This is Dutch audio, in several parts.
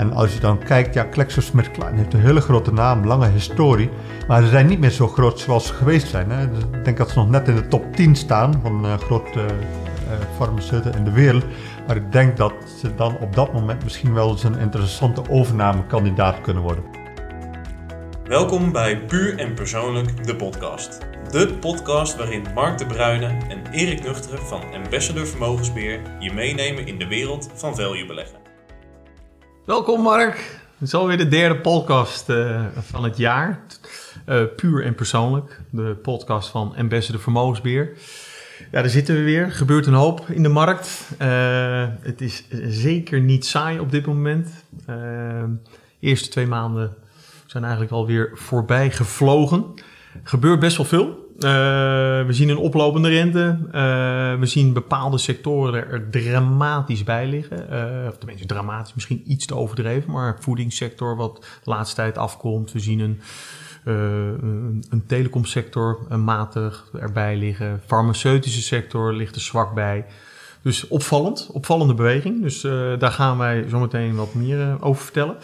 En als je dan kijkt, GlaxoSmithKline heeft een hele grote naam, lange historie. Maar ze zijn niet meer zo groot zoals ze geweest zijn. Hè. Dus ik denk dat ze nog net in de top 10 staan van grote farmaceuten in de wereld. Maar ik denk dat ze dan op dat moment misschien wel eens een interessante overnamekandidaat kunnen worden. Welkom bij Puur en Persoonlijk, de podcast. De podcast waarin Mark de Bruyne en Erik Nuchteren van Ambassador Vermogensbeheer je meenemen in de wereld van value beleggen. Welkom Mark, het is alweer de derde podcast van het jaar. Puur en Persoonlijk, de podcast van Ambassador Vermogensbeheer. Ja, daar zitten we weer. Er gebeurt een hoop in de markt. Het is zeker niet saai op dit moment. De eerste 2 maanden zijn eigenlijk alweer voorbij gevlogen. Er gebeurt best wel veel. We zien een oplopende rente. We zien bepaalde sectoren er dramatisch bij liggen. Of tenminste dramatisch, misschien iets te overdreven. Maar voedingssector wat de laatste tijd afkomt. We zien een telecomsector matig erbij liggen. Farmaceutische sector ligt er zwak bij. Dus opvallende beweging. Dus daar gaan wij zo meteen wat meer over vertellen.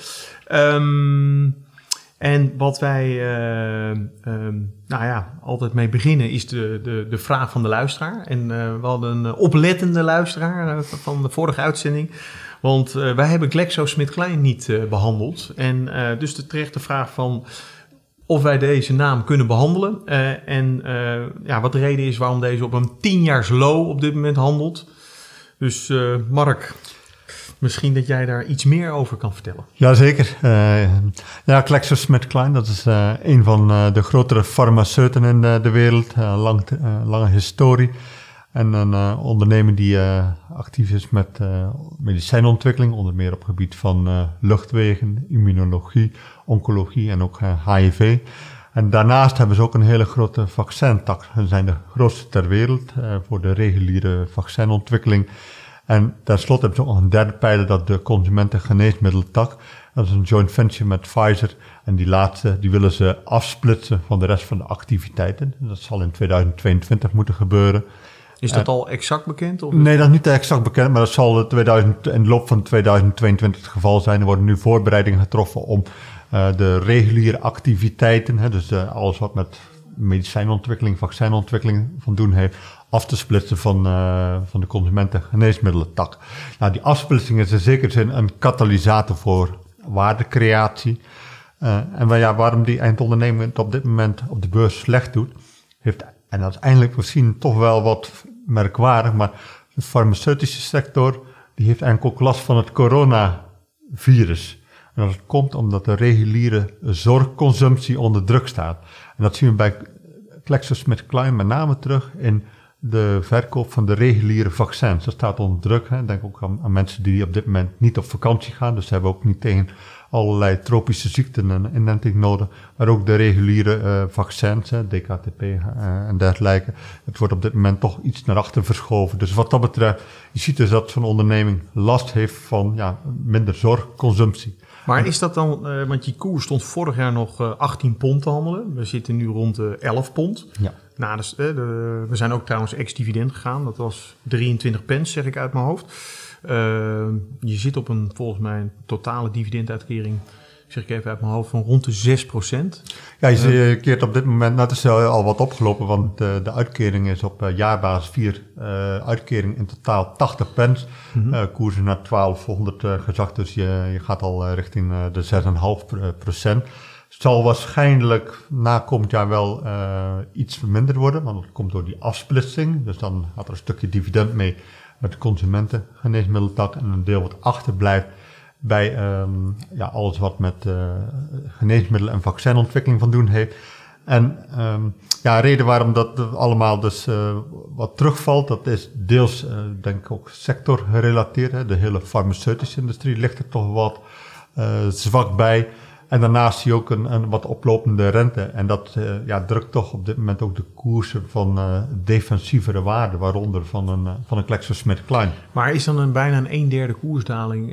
En wat wij altijd mee beginnen is de vraag van de luisteraar. En we hadden een oplettende luisteraar van de vorige uitzending. Want wij hebben GlaxoSmithKline niet behandeld. En dus de terechte vraag van of wij deze naam kunnen behandelen. Wat de reden is waarom deze op een 10-jaars low op dit moment handelt. Dus Mark, misschien dat jij daar iets meer over kan vertellen. Jazeker. GlaxoSmithKline, dat is een van de grotere farmaceuten in de wereld. Lange historie. En een onderneming die actief is met medicijnontwikkeling, onder meer op het gebied van luchtwegen, immunologie, oncologie en ook HIV. En daarnaast hebben ze ook een hele grote vaccintak. Ze zijn de grootste ter wereld voor de reguliere vaccinontwikkeling. En tenslotte hebben ze ook nog een derde pijler, dat de consumentengeneesmiddeltak. Dat is een joint venture met Pfizer. En die laatste, die willen ze afsplitsen van de rest van de activiteiten. Dat zal in 2022 moeten gebeuren. Is dat al exact bekend? Of? Nee, dat is niet exact bekend, maar dat zal in de loop van 2022 het geval zijn. Er worden nu voorbereidingen getroffen om de reguliere activiteiten, dus alles wat met medicijnontwikkeling, vaccinontwikkeling van doen heeft, af te splitsen van de consumentengeneesmiddelentak. Nou, die afsplitsing is in zekere zin een katalysator voor waardecreatie. Waarom die eindonderneming het op dit moment op de beurs slecht doet, heeft, en dat is eindelijk misschien toch wel wat merkwaardig, maar de farmaceutische sector die heeft eigenlijk ook last van het coronavirus. En dat komt omdat de reguliere zorgconsumptie onder druk staat. En dat zien we bij GlaxoSmithKline met name terug in de verkoop van de reguliere vaccins. Dat staat onder druk. Hè. Denk ook aan mensen die op dit moment niet op vakantie gaan. Dus ze hebben ook niet tegen allerlei tropische ziekten een inenting nodig. Maar ook de reguliere vaccins, DKTP en dergelijke. Het wordt op dit moment toch iets naar achter verschoven. Dus wat dat betreft, je ziet dus dat zo'n onderneming last heeft van minder zorgconsumptie. Maar is dat dan, want die koers stond vorig jaar nog 18 pond te handelen. We zitten nu rond de 11 pond. Ja. Nou, dus, we zijn ook trouwens ex-dividend gegaan. Dat was 23 pence, zeg ik uit mijn hoofd. Je zit op volgens mij een totale dividenduitkering, zeg ik even uit mijn hoofd, van rond de 6%. Ja, je keert op dit moment, het is al wat opgelopen, want de uitkering is op jaarbasis 4 uitkering in totaal 80 pence. Koersen naar 1200 gezakt, dus je gaat al richting de 6,5%. Het zal waarschijnlijk na komend jaar wel iets verminderd worden, want het komt door die afsplitsing. Dus dan gaat er een stukje dividend mee met de consumentengeneesmiddeltak en een deel wat achterblijft bij alles wat met geneesmiddelen en vaccinontwikkeling van doen heeft. En reden waarom dat allemaal dus wat terugvalt, dat is deels denk ik ook sectorgerelateerd. Hè. De hele farmaceutische industrie ligt er toch wat zwak bij. En daarnaast zie je ook een wat oplopende rente. En dat drukt toch op dit moment ook de koersen van defensievere waarden, waaronder van een GlaxoSmithKline. Maar is dan bijna een 1/3 koersdaling,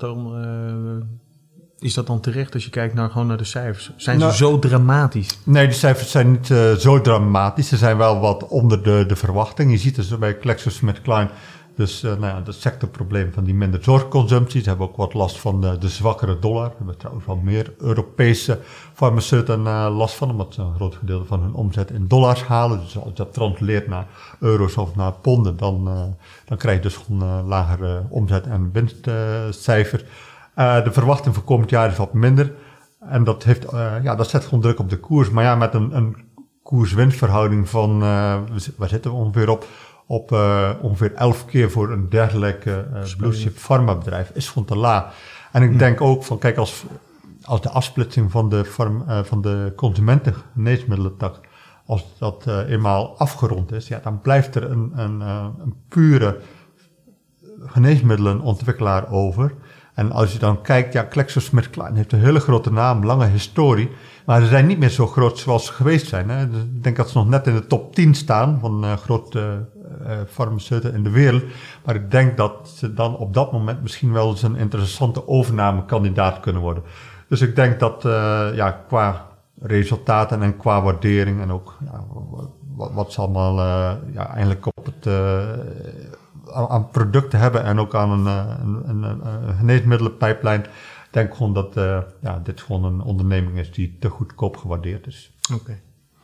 is dat dan terecht als je kijkt naar de cijfers? Zijn ze zo dramatisch? Nee, de cijfers zijn niet zo dramatisch. Ze zijn wel wat onder de verwachting. Je ziet dus bij GlaxoSmithKline Dus dat sectorprobleem van die minder zorgconsumptie. Ze hebben ook wat last van de zwakkere dollar. We hebben trouwens wel meer Europese farmaceuten last van, omdat ze een groot gedeelte van hun omzet in dollars halen. Dus als je dat translateert naar euro's of naar ponden, dan krijg je dus gewoon lagere omzet- en winstcijfers. De verwachting voor komend jaar is wat minder. En dat zet gewoon druk op de koers. Maar ja, met een koers-winstverhouding van, waar zitten we ongeveer op? Op ongeveer 11 keer voor een dergelijke blue-chip farmabedrijf is gewoon te laag. En ik denk ook van, kijk, als de afsplitsing van de consumentengeneesmiddelentak, als dat eenmaal afgerond is, ja, dan blijft er een pure geneesmiddelenontwikkelaar over. En als je dan kijkt, ja, GlaxoSmithKline heeft een hele grote naam, lange historie, maar ze zijn niet meer zo groot zoals ze geweest zijn. Hè. Dus ik denk dat ze nog net in de top 10 staan van grote farmaceuten in de wereld. Maar ik denk dat ze dan op dat moment misschien wel eens een interessante overnamekandidaat kunnen worden. Dus ik denk dat qua resultaten en qua waardering en ook wat ze allemaal eigenlijk op het aan producten hebben en ook aan een geneesmiddelenpijplijn, denk gewoon dat dit gewoon een onderneming is die te goedkoop gewaardeerd is. Oké.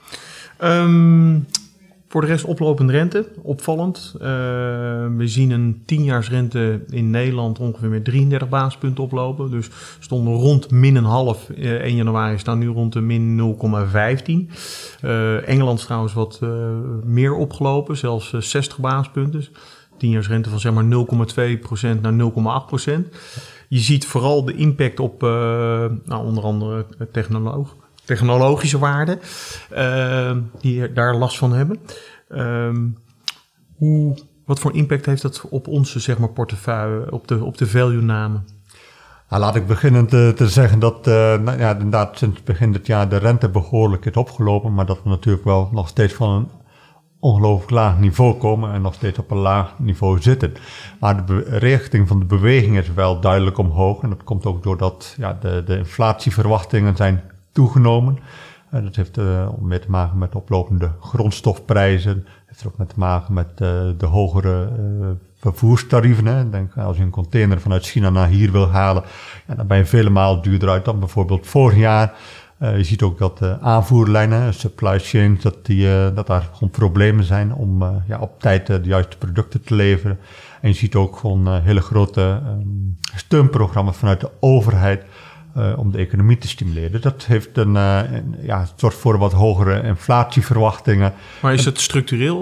Voor de rest oplopende rente, opvallend. We zien een 10-jaarsrente in Nederland ongeveer met 33 basispunten oplopen. Dus stonden rond -1,5 1 januari, staan nu rond de -0,15. Engeland is trouwens wat meer opgelopen, zelfs 60 basispunten. 10-jaarsrente van zeg maar 0,2% naar 0,8%. Je ziet vooral de impact op onder andere technologische waarden die daar last van hebben. Wat voor impact heeft dat op onze zeg maar, portefeuille, op de value-namen? Nou, laat ik beginnen te zeggen dat inderdaad sinds begin dit jaar de rente behoorlijk is opgelopen, maar dat we natuurlijk wel nog steeds van een ongelooflijk laag niveau komen en nog steeds op een laag niveau zitten. Maar de richting van de beweging is wel duidelijk omhoog en dat komt ook doordat de inflatieverwachtingen zijn toegenomen. Dat heeft meer te maken met oplopende grondstofprijzen. Heeft er ook mee te maken met de hogere vervoerstarieven. Hè. Denk, als je een container vanuit China naar hier wil halen, dan ben je vele malen duurder uit dan bijvoorbeeld vorig jaar. Je ziet ook dat aanvoerlijnen, supply chains, dat daar gewoon problemen zijn om op tijd de juiste producten te leveren. En je ziet ook gewoon hele grote steunprogramma's vanuit de overheid om de economie te stimuleren. Dat heeft zorgt voor wat hogere inflatieverwachtingen. Maar is het structureel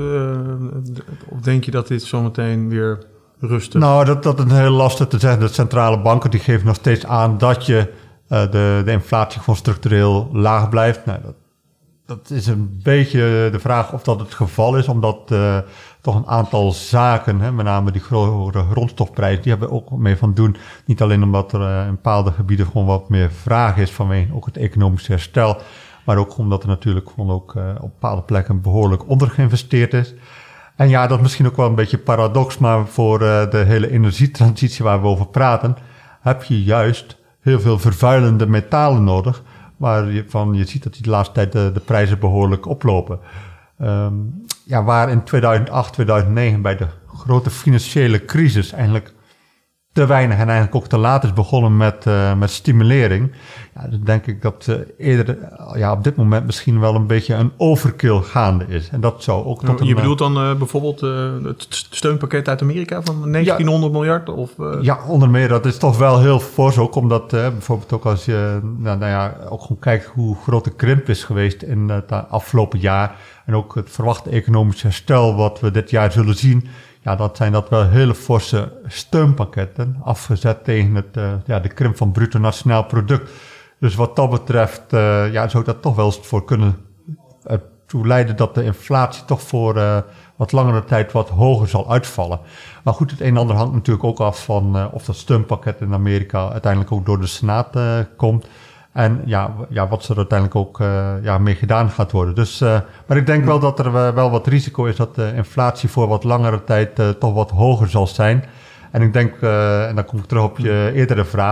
of denk je dat dit zometeen weer rustig? Nou, dat is heel lastig te zeggen. De centrale banken die geven nog steeds aan dat je de inflatie gewoon structureel laag blijft. Nou, dat is een beetje de vraag of dat het geval is, omdat toch een aantal zaken, met name die grote grondstofprijzen, die hebben ook mee van doen. Niet alleen omdat er in bepaalde gebieden gewoon wat meer vraag is vanwege ook het economisch herstel, maar ook omdat er natuurlijk gewoon ook op bepaalde plekken behoorlijk ondergeïnvesteerd is. En ja, dat is misschien ook wel een beetje paradox, maar voor de hele energietransitie waar we over praten, heb je juist heel veel vervuilende metalen nodig, waarvan je ziet dat die de laatste tijd de prijzen behoorlijk oplopen. Waar in 2008, 2009 bij de grote financiële crisis eigenlijk te weinig en eigenlijk ook te laat is begonnen met stimulering. Ja, dan denk ik dat eerder op dit moment misschien wel een beetje een overkill gaande is. En dat zou ook tot je bedoelt dan bijvoorbeeld het steunpakket uit Amerika van 1900 miljard? Of, Ja, onder meer. Dat is toch wel heel fors ook, omdat bijvoorbeeld ook als je ook gewoon kijkt hoe groot de krimp is geweest in het afgelopen jaar en ook het verwachte economisch herstel wat we dit jaar zullen zien. Ja, dat zijn wel hele forse steunpakketten, afgezet tegen de krimp van bruto nationaal product. Dus wat dat betreft zou dat toch wel eens voor kunnen toe leiden dat de inflatie toch voor wat langere tijd wat hoger zal uitvallen. Maar goed, het een en ander hangt natuurlijk ook af van of dat steunpakket in Amerika uiteindelijk ook door de Senaat komt. En wat er uiteindelijk ook mee gedaan gaat worden. Dus, maar ik denk wel dat er wel wat risico is dat de inflatie voor wat langere tijd toch wat hoger zal zijn. En ik denk, en dan kom ik terug op je eerdere vraag,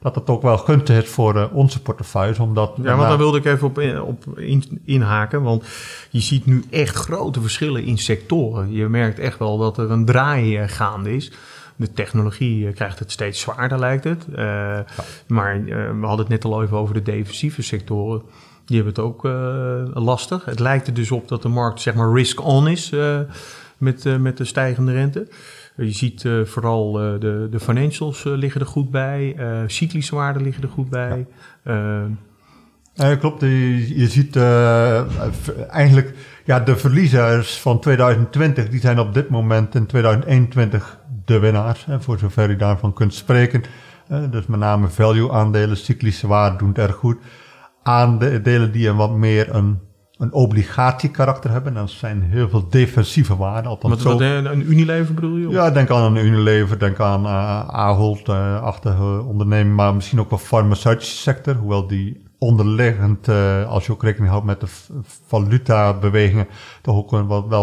dat het ook wel gunstig is voor onze portefeuilles. Omdat want daar wilde ik even op inhaken. Want je ziet nu echt grote verschillen in sectoren. Je merkt echt wel dat er een draai gaande is. De technologie krijgt het steeds zwaarder, lijkt het. Maar we hadden het net al even over de defensieve sectoren. Die hebben het ook lastig. Het lijkt er dus op dat de markt zeg maar risk-on is met de stijgende rente. Je ziet vooral de financials liggen er goed bij. Cyclische waarden liggen er goed bij. Klopt, je ziet eigenlijk de verliezers van 2020... die zijn op dit moment in 2021 de winnaars. Voor zover je daarvan kunt spreken. Dus met name value-aandelen, cyclische waarden doen het erg goed. Aandelen die wat meer een obligatiekarakter hebben. Dat zijn heel veel defensieve waarden. Wat een Unilever bedoel je? Ja, denk aan een Unilever, denk aan Ahold-achtige onderneming, maar misschien ook wel farmaceutische sector. Hoewel die onderliggend, als je ook rekening houdt met de valutabewegingen, toch ook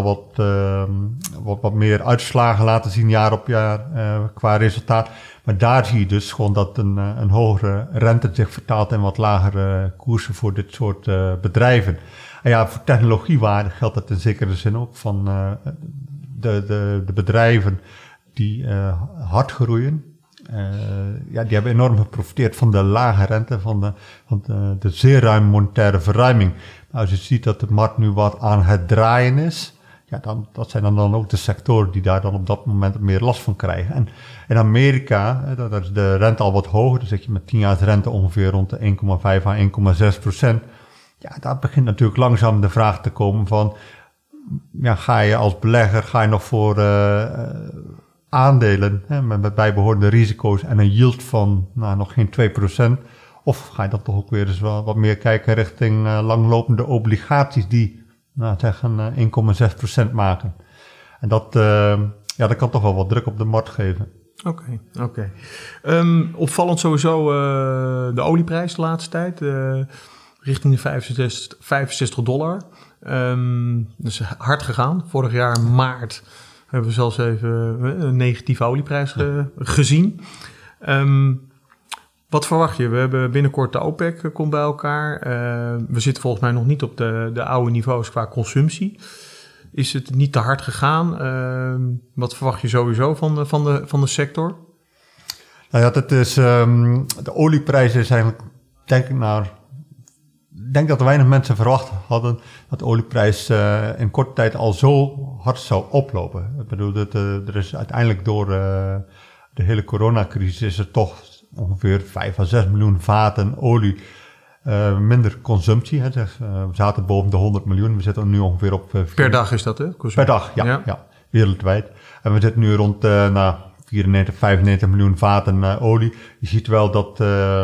wat meer uitslagen laten zien jaar op jaar qua resultaat. Maar daar zie je dus gewoon dat een hogere rente zich vertaalt in wat lagere koersen voor dit soort bedrijven. En voor technologiewaarde geldt dat in zekere zin ook van de bedrijven die hard groeien. Die hebben enorm geprofiteerd van de lage rente, van de zeer ruime monetaire verruiming. Maar als je ziet dat de markt nu wat aan het draaien is, dat zijn dan ook de sectoren die daar dan op dat moment meer last van krijgen. En in Amerika, daar is de rente al wat hoger, dan zit je met 10 jaar rente ongeveer rond de 1,5 à 1,6%. Ja, daar begint natuurlijk langzaam de vraag te komen van, ga je als belegger, nog voor aandelen met bijbehorende risico's en een yield van nog geen 2%, of ga je dan toch ook weer eens wat meer kijken richting langlopende obligaties die 1,6% maken. En dat kan toch wel wat druk op de markt geven. Oké. Opvallend sowieso de olieprijs de laatste tijd. Richting de $65. Dus hard gegaan. Vorig jaar maart hebben we zelfs even een negatieve olieprijs gezien. Wat verwacht je? We hebben binnenkort de OPEC komt bij elkaar. We zitten volgens mij nog niet op de oude niveaus qua consumptie. Is het niet te hard gegaan? Wat verwacht je sowieso van de sector? Dat is de olieprijs is eigenlijk, ik denk dat er weinig mensen verwacht hadden dat de olieprijs in korte tijd al zo hard zou oplopen. Ik bedoel, er is uiteindelijk door de hele coronacrisis is er toch ongeveer 5 à 6 miljoen vaten olie minder consumptie. We zaten boven de 100 miljoen. We zitten nu ongeveer op... per dag is dat, hè? Per dag, ja, wereldwijd. En we zitten nu rond 94, 95 miljoen vaten olie. Je ziet wel dat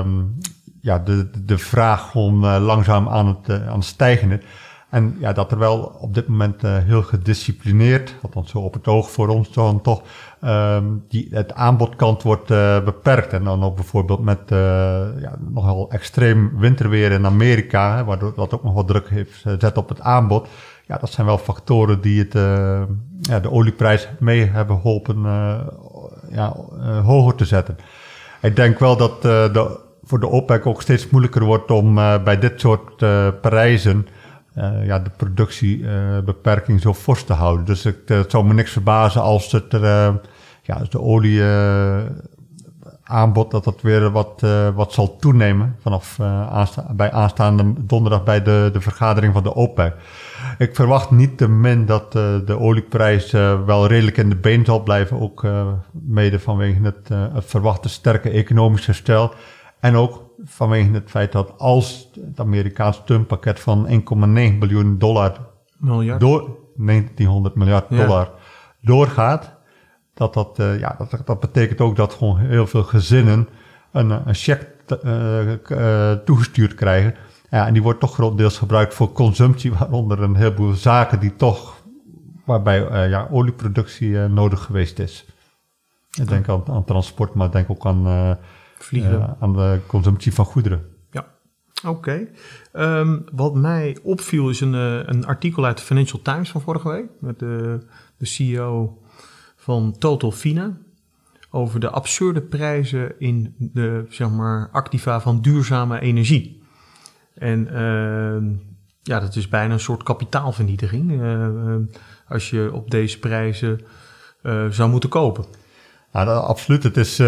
de vraag gewoon langzaam aan het stijgen is. En dat er wel op dit moment heel gedisciplineerd, althans zo op het oog voor ons dan toch, het aanbodkant wordt beperkt. En dan ook bijvoorbeeld met nogal extreem winterweer in Amerika, waardoor dat ook nog wat druk heeft zet op het aanbod. Ja, dat zijn wel factoren die de olieprijs mee hebben geholpen hoger te zetten. Ik denk wel dat voor de OPEC ook steeds moeilijker wordt om bij dit soort prijzen de productiebeperking zo fors te houden. Dus het zou me niks verbazen als als de olieaanbod dat weer wat zal toenemen vanaf bij aanstaande donderdag bij de vergadering van de OPEC. Ik verwacht niet te min dat de olieprijs wel redelijk in de been zal blijven, ook mede vanwege het verwachte sterke economisch herstel. En ook vanwege het feit dat als het Amerikaans steunpakket van $1,9 biljoen door 1900 miljard dollar doorgaat, dat betekent ook dat gewoon heel veel gezinnen een cheque toegestuurd krijgen. Ja, en die wordt toch grotendeels gebruikt voor consumptie, waaronder een heleboel zaken waarbij olieproductie nodig geweest is. Ik denk aan transport, maar ik denk ook aan vliegen. Aan de consumptie van goederen. Ja, oké. Wat mij opviel is een artikel uit de Financial Times van vorige week met de CEO van Total Fina over de absurde prijzen in de, zeg maar, activa van duurzame energie. En dat is bijna een soort kapitaalvernietiging als je op deze prijzen zou moeten kopen. Ja, absoluut. Het is,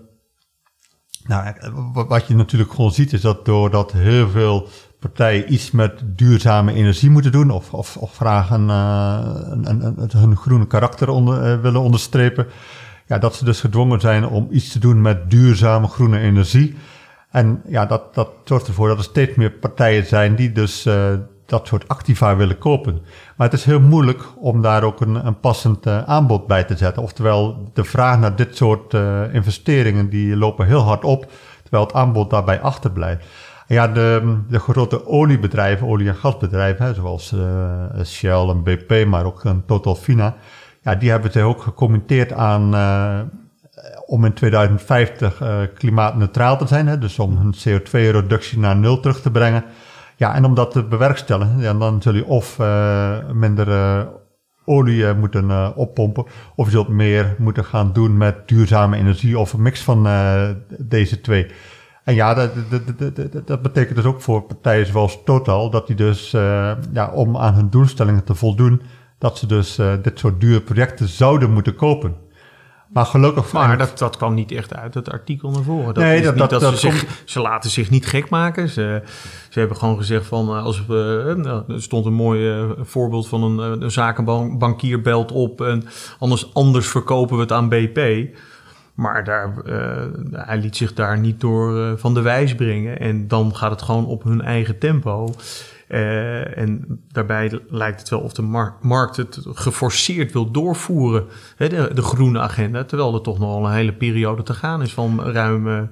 wat je natuurlijk gewoon ziet is dat doordat heel veel partijen iets met duurzame energie moeten doen of graag hun groene karakter willen onderstrepen, ja, dat ze dus gedwongen zijn om iets te doen met duurzame groene energie. En ja, dat zorgt ervoor dat er steeds meer partijen zijn die dus dat soort activa willen kopen. Maar het is heel moeilijk om daar ook een passend aanbod bij te zetten. Oftewel, de vraag naar dit soort investeringen die lopen heel hard op, terwijl het aanbod daarbij achterblijft. En ja, de grote oliebedrijven, olie- en gasbedrijven, zoals Shell en BP, maar ook Total-Fina, ja, die hebben zich ook gecommitteerd aan om in 2050 klimaatneutraal te zijn, dus om hun CO2-reductie naar 0 terug te brengen. Ja, en om dat te bewerkstelligen, ja, dan zul je of minder olie moeten oppompen, of je zult meer moeten gaan doen met duurzame energie of een mix van deze twee. En ja, dat betekent dus ook voor partijen zoals Total, dat die dus, om aan hun doelstellingen te voldoen, dat ze dus dit soort dure projecten zouden moeten kopen. Maar gelukkig... Maar dat kwam niet echt uit het artikel naar voren. Ze laten zich niet gek maken. Ze hebben gewoon gezegd van... er stond een mooi voorbeeld van een zakenbankier belt op... en anders verkopen we het aan BP. Maar hij liet zich daar niet door van de wijs brengen. En dan gaat het gewoon op hun eigen tempo... en daarbij lijkt het wel of de markt het geforceerd wil doorvoeren, de groene agenda, terwijl er toch nog al een hele periode te gaan is van ruim,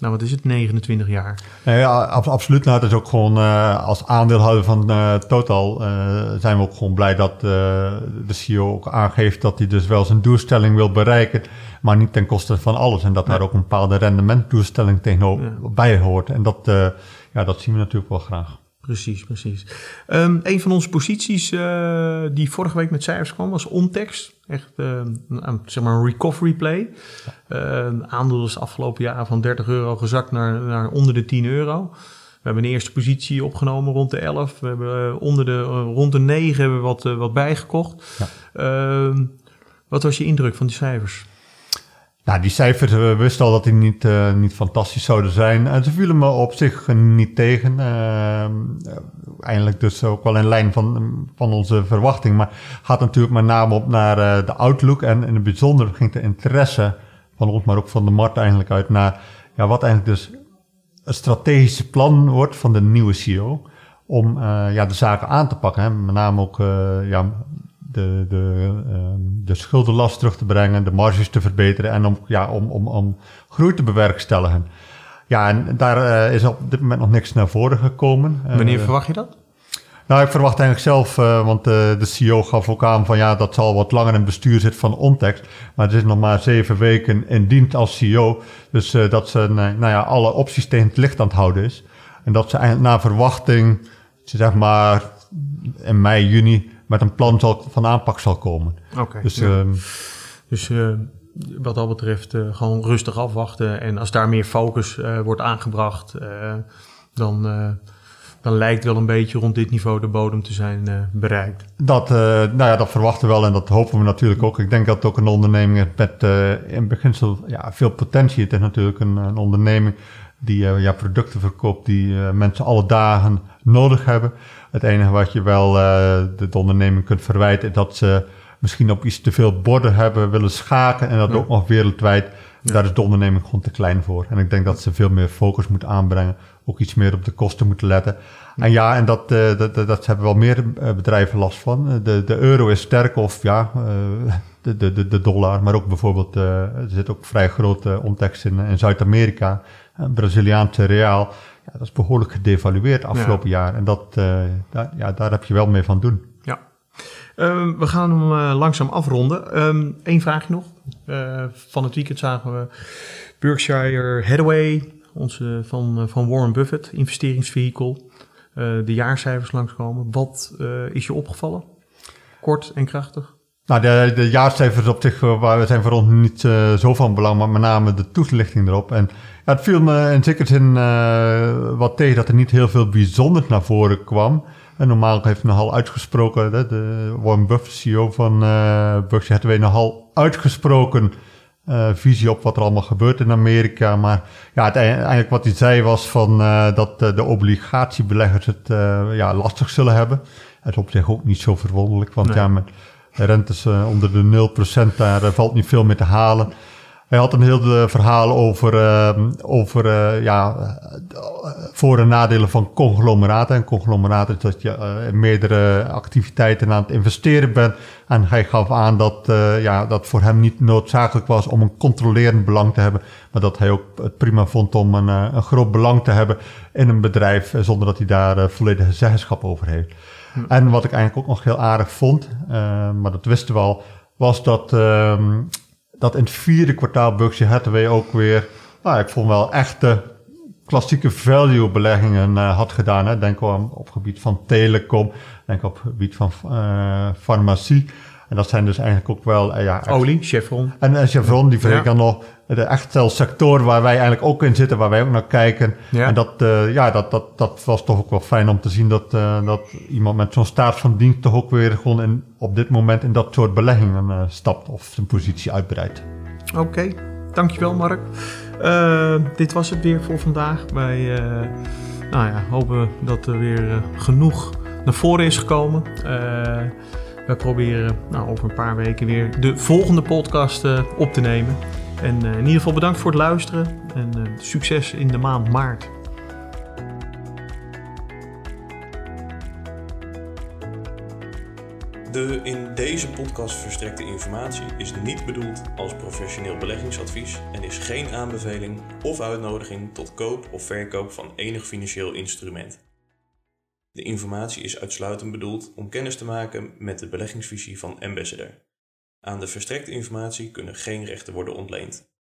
29 jaar. Ja, absoluut. Nou, het is ook gewoon als aandeelhouder van Total zijn we ook gewoon blij dat de CEO ook aangeeft dat hij dus wel zijn doelstelling wil bereiken, maar niet ten koste van alles. En dat daar ook een bepaalde rendementdoelstelling tegenover bij hoort. En dat zien we natuurlijk wel graag. Precies. Een van onze posities die vorige week met cijfers kwam was Ontex. Echt een recovery play. Aandeel is afgelopen jaar van €30 gezakt naar onder de €10. We hebben een eerste positie opgenomen rond de 11. We hebben rond de 9 hebben we wat bijgekocht. Ja. Wat was je indruk van die cijfers? Nou, die cijfers, we wisten al dat die niet fantastisch zouden zijn. En ze vielen me op zich niet tegen. Eindelijk dus ook wel in lijn van onze verwachting. Maar gaat natuurlijk met name op naar de outlook. En in het bijzonder ging de interesse van ons, maar ook van de markt eigenlijk uit naar... Ja, wat eigenlijk dus een strategische plan wordt van de nieuwe CEO. Om de zaken aan te pakken. Hè. Met name ook... de schuldenlast terug te brengen, de marges te verbeteren en om groei te bewerkstelligen. Ja, en daar is op dit moment nog niks naar voren gekomen. Wanneer verwacht je dat? Nou, ik verwacht eigenlijk zelf, want de CEO gaf ook aan van ja, dat zal wat langer in het bestuur zitten van Ontex. Maar het is nog maar 7 weken in dienst als CEO. Dus dat ze alle opties tegen het licht aan het houden is. En dat ze eigenlijk naar verwachting, zeg maar in mei, juni... met een plan van aanpak zal komen. Oké. Dus wat dat betreft gewoon rustig afwachten. En als daar meer focus wordt aangebracht... dan lijkt wel een beetje rond dit niveau de bodem te zijn bereikt. Dat verwachten we wel en dat hopen we natuurlijk ook. Ik denk dat het ook een onderneming is met in beginsel veel potentie. Het is natuurlijk een onderneming die producten verkoopt... die mensen alle dagen nodig hebben... Het enige wat je wel de onderneming kunt verwijten... is dat ze misschien op iets te veel borden hebben willen schaken... en dat ook nog wereldwijd. Ja. Daar is de onderneming gewoon te klein voor. En ik denk dat ze veel meer focus moeten aanbrengen. Ook iets meer op de kosten moeten letten. Ja. En dat hebben wel meer bedrijven last van. De euro is sterk of de dollar. Maar ook bijvoorbeeld, er zit ook vrij grote Ontex in Zuid-Amerika. Braziliaanse real... Ja, dat is behoorlijk gedevalueerd afgelopen jaar. En daar heb je wel mee van doen. Ja. We gaan hem langzaam afronden. Eén vraagje nog. Van het weekend zagen we Berkshire Hathaway, onze van Warren Buffett, investeringsvehikel, de jaarcijfers langskomen. Wat is je opgevallen? Kort en krachtig. Nou, de jaarcijfers op zich zijn voor ons niet zo van belang, maar met name de toelichting erop. En ja, het viel me in zekere zin wat tegen dat er niet heel veel bijzonders naar voren kwam. En normaal heeft nogal uitgesproken, de Warren Buffett, CEO van Berkshire Hathaway, nogal uitgesproken visie op wat er allemaal gebeurt in Amerika. Maar ja, uiteindelijk wat hij zei was van dat de obligatiebeleggers het lastig zullen hebben. Dat is op zich ook niet zo verwonderlijk, want ja, met rentes onder de 0%, daar valt niet veel meer te halen. Hij had een heel verhaal over voor- en nadelen van conglomeraten. En conglomeraten is dat je meerdere activiteiten aan het investeren bent. En hij gaf aan dat voor hem niet noodzakelijk was om een controlerend belang te hebben. Maar dat hij ook het prima vond om een groot belang te hebben in een bedrijf, zonder dat hij daar volledige zeggenschap over heeft. En wat ik eigenlijk ook nog heel aardig vond, maar dat wisten we al, was dat in het vierde kwartaal Berkshire Hathaway ook weer, ik vond wel echte klassieke value beleggingen had gedaan. Hè. Denk op het gebied van telecom, denk op het gebied van farmacie. En dat zijn dus eigenlijk ook wel... Olie, Chevron. En Chevron, die vind ik dan nog de echt sector waar wij eigenlijk ook in zitten, waar wij ook naar kijken. Ja. En dat was toch ook wel fijn om te zien dat iemand met zo'n staat van dienst toch ook weer gewoon op dit moment in dat soort beleggingen stapt of zijn positie uitbreidt. Oké, dankjewel Mark. Dit was het weer voor vandaag. Wij hopen dat er weer genoeg naar voren is gekomen. We proberen over een paar weken weer de volgende podcast op te nemen. En in ieder geval bedankt voor het luisteren en succes in de maand maart. De in deze podcast verstrekte informatie is niet bedoeld als professioneel beleggingsadvies en is geen aanbeveling of uitnodiging tot koop of verkoop van enig financieel instrument. De informatie is uitsluitend bedoeld om kennis te maken met de beleggingsvisie van Ambassador. Aan de verstrekte informatie kunnen geen rechten worden ontleend.